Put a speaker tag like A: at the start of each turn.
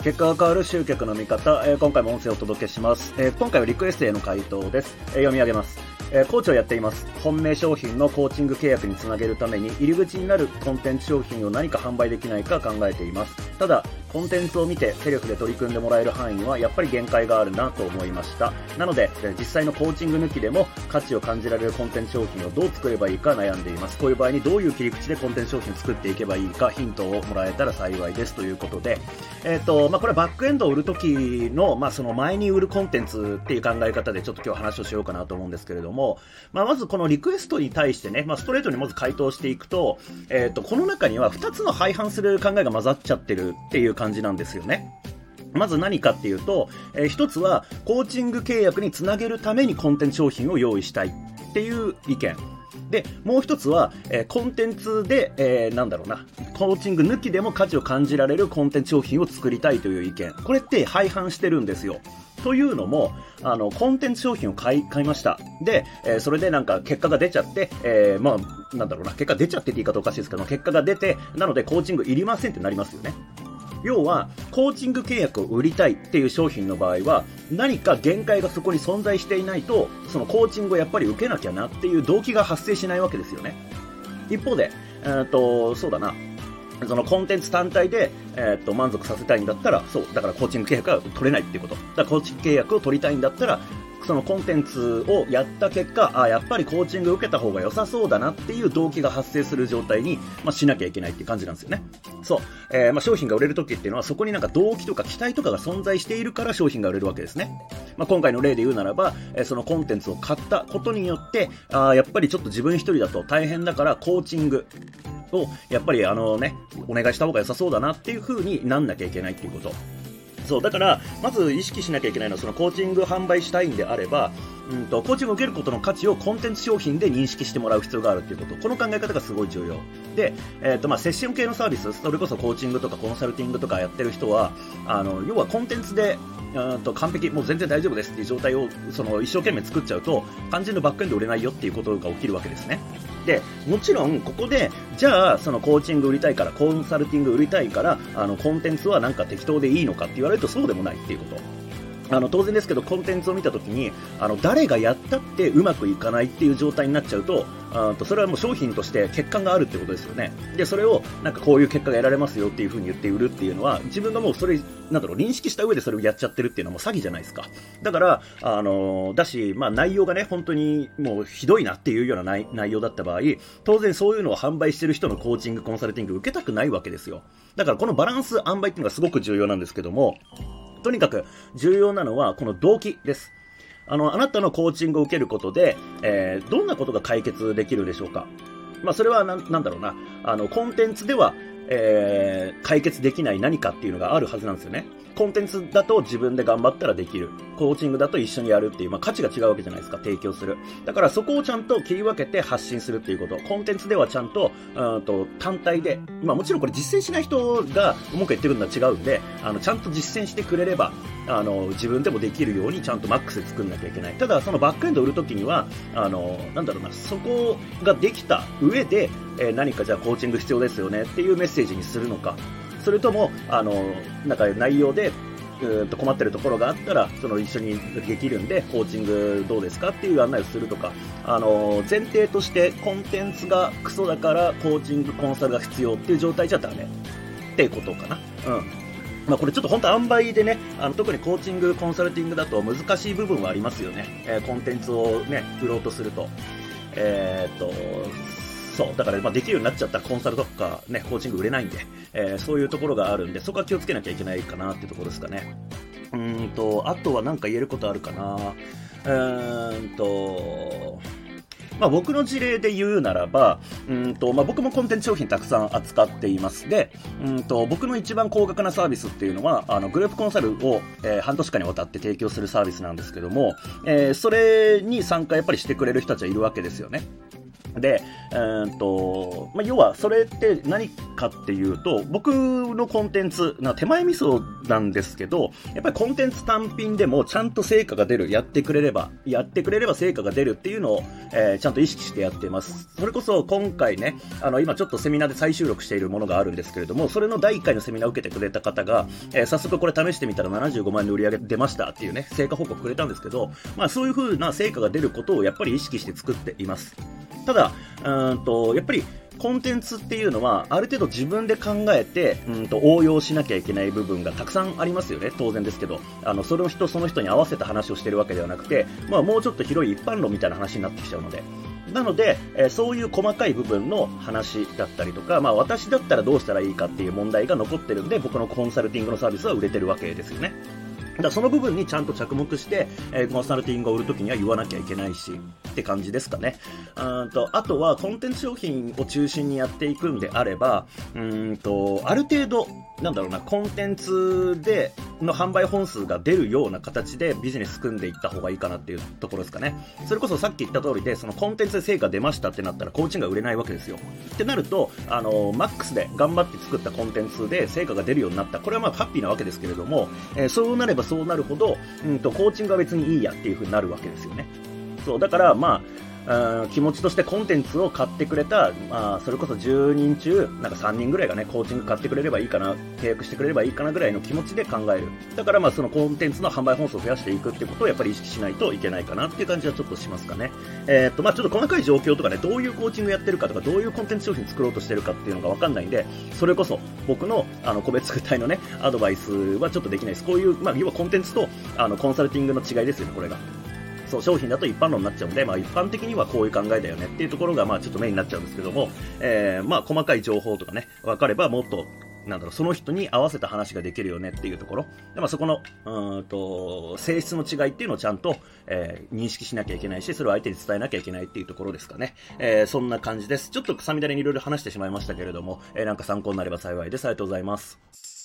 A: 結果が変わる集客の見方、今回も音声をお届けします。今回はリクエストへの回答です。読み上げます。コーチをやっています。本命商品のコーチング契約につなげるために入り口になるコンテンツ商品を何か販売できないか考えています。ただコンテンツを見てセルフで取り組んでもらえる範囲にはやっぱり限界があるなと思いました。なので実際のコーチング抜きでも価値を感じられるコンテンツ商品をどう作ればいいか悩んでいます。こういう場合にどういう切り口でコンテンツ商品を作っていけばいいかヒントをもらえたら幸いですということで、これはバックエンドを売るときの、その前に売るコンテンツっていう考え方でちょっと今日話をしようかなと思うんですけれども、まずこのリクエストに対してね、ストレートにまず回答していくと、この中には2つの相反する考えが混ざっちゃってるっていう感じなんですよね。まず何かっていうと、一つはコーチング契約につなげるためにコンテンツ商品を用意したいっていう意見で、もう一つは、コンテンツで、コーチング抜きでも価値を感じられるコンテンツ商品を作りたいという意見、これって相反してるんですよ。というのも、コンテンツ商品を買いました。で、それで結果が出ちゃって、結果出ちゃってって言い方おかしいですけど、結果が出て、なのでコーチングいりませんってなりますよね。要は、コーチング契約を売りたいっていう商品の場合は、何か限界がそこに存在していないと、そのコーチングをやっぱり受けなきゃなっていう動機が発生しないわけですよね。一方で、そうだな。そのコンテンツ単体で、満足させたいんだったら、だからコーチング契約が取れないっていうこと。だからコーチング契約を取りたいんだったら、そのコンテンツをやった結果、やっぱりコーチングを受けた方が良さそうだなっていう動機が発生する状態に、しなきゃいけないっていう感じなんですよね。商品が売れる時っていうのはそこに動機とか期待とかが存在しているから商品が売れるわけですね。今回の例で言うならば、そのコンテンツを買ったことによって、やっぱりちょっと自分一人だと大変だからコーチングをやっぱりお願いした方が良さそうだなっていう風になんなきゃいけないっていうこと。だからまず意識しなきゃいけないのは、そのコーチング販売したいんであれば、コーチングを受けることの価値をコンテンツ商品で認識してもらう必要があるということ。この考え方がすごい重要で、セッション系のサービス、それこそコーチングとかコンサルティングとかやってる人は、要はコンテンツで完璧、もう全然大丈夫ですっていう状態を一生懸命作っちゃうと、肝心のバックエンド売れないよっていうことが起きるわけですね。で、もちろんここでじゃあそのコーチング売りたいから、コンサルティング売りたいからコンテンツは適当でいいのかって言われるとそうでもないっていうこと。当然ですけど、コンテンツを見たときに誰がやったってうまくいかないっていう状態になっちゃうと、それはもう商品として欠陥があるってことですよね。で、それをこういう結果が得られますよっていう風に言って売るっていうのは、自分がもうそれ認識した上でそれをやっちゃってるっていうのはもう詐欺じゃないですか。だからだし、内容がね本当にもうひどいなっていうような内容だった場合、当然そういうのを販売してる人のコーチングコンサルティング受けたくないわけですよ。だからこのバランス塩梅っていうのがすごく重要なんですけども、とにかく重要なのはこの動機です。あなたのコーチングを受けることで、どんなことが解決できるでしょうか。それはコンテンツでは、解決できない何かっていうのがあるはずなんですよね。コンテンツだと自分で頑張ったらできる。コーチングだと一緒にやるっていう、価値が違うわけじゃないですか、提供する。だからそこをちゃんと切り分けて発信するっていうこと。コンテンツではちゃんと、単体で、もちろんこれ実践しない人が文句言ってるのは違うんで、ちゃんと実践してくれれば、自分でもできるようにちゃんとマックスで作んなきゃいけない。ただ、そのバックエンド売るときには、そこができた上で、何かじゃあコーチング必要ですよねっていうメッセージにするのか、それとも内容で困ってるところがあったら一緒にできるんでコーチングどうですかっていう案内をするとか、前提としてコンテンツがクソだからコーチングコンサルが必要っていう状態じゃダメっていうことかな。これちょっと本当塩梅でね、特にコーチングコンサルティングだと難しい部分はありますよね。コンテンツをね売ろうとするとだからできるようになっちゃったらコンサルとかねコーチング売れないんで、そういうところがあるんで、そこは気をつけなきゃいけないかなっていうところですかね。あとは何か言えることあるかな。僕の事例で言うならば、僕もコンテンツ商品たくさん扱っています。で、僕の一番高額なサービスっていうのは、グループコンサルを、半年間にわたって提供するサービスなんですけども、それに参加やっぱりしてくれる人たちはいるわけですよね。 で、要はそれって何かっていうと、僕のコンテンツ、手前味噌なんですけど、やっぱりコンテンツ単品でもちゃんと成果が出る、やってくれれば成果が出るっていうのを、ちゃんと意識してやっています。それこそ今回ね、今ちょっとセミナーで再収録しているものがあるんですけれども、それの第1回のセミナーを受けてくれた方が、早速これ試してみたら75万円の売り上げ出ましたっていうね、成果報告くれたんですけど、そういう風な成果が出ることをやっぱり意識して作っています。ただ、やっぱりコンテンツっていうのはある程度自分で考えて応用しなきゃいけない部分がたくさんありますよね。当然ですけど、その人に合わせた話をしているわけではなくて、もうちょっと広い一般論みたいな話になってきちゃうので、なので、そういう細かい部分の話だったりとか、私だったらどうしたらいいかっていう問題が残ってるんで、僕のコンサルティングのサービスは売れてるわけですよね。だからその部分にちゃんと着目して、コンサルティングを売るときには言わなきゃいけないしって感じですかね。あとはコンテンツ商品を中心にやっていくんであれば、ある程度コンテンツでの販売本数が出るような形でビジネス組んでいった方がいいかなっていうところですかね。それこそさっき言った通りで、そのコンテンツで成果出ましたってなったらコーチングが売れないわけですよ。ってなると、マックスで頑張って作ったコンテンツで成果が出るようになった。これはハッピーなわけですけれども、そうなればそうなるほど、コーチングは別にいいやっていう風になるわけですよね。そうだから気持ちとしてコンテンツを買ってくれた、それこそ10人中3人ぐらいがね、コーチング買ってくれればいいかな、契約してくれればいいかなぐらいの気持ちで考える。だからそのコンテンツの販売本数を増やしていくってことをやっぱり意識しないといけないかなっていう感じはちょっとしますかね。ちょっと細かい状況とかね、どういうコーチングやってるかとか、どういうコンテンツ商品作ろうとしてるかっていうのがわかんないんで、それこそ僕の個別具体のね、アドバイスはちょっとできないです。こういう、要はコンテンツとコンサルティングの違いですよね、これが。そう、商品だと一般論になっちゃうんで、一般的にはこういう考えだよねっていうところが、ちょっとメインになっちゃうんですけども、細かい情報とかね、分かればもっと、その人に合わせた話ができるよねっていうところ。で、そこの、性質の違いっていうのをちゃんと、認識しなきゃいけないし、それを相手に伝えなきゃいけないっていうところですかね。そんな感じです。ちょっとさみだれにいろいろ話してしまいましたけれども、参考になれば幸いです。ありがとうございます。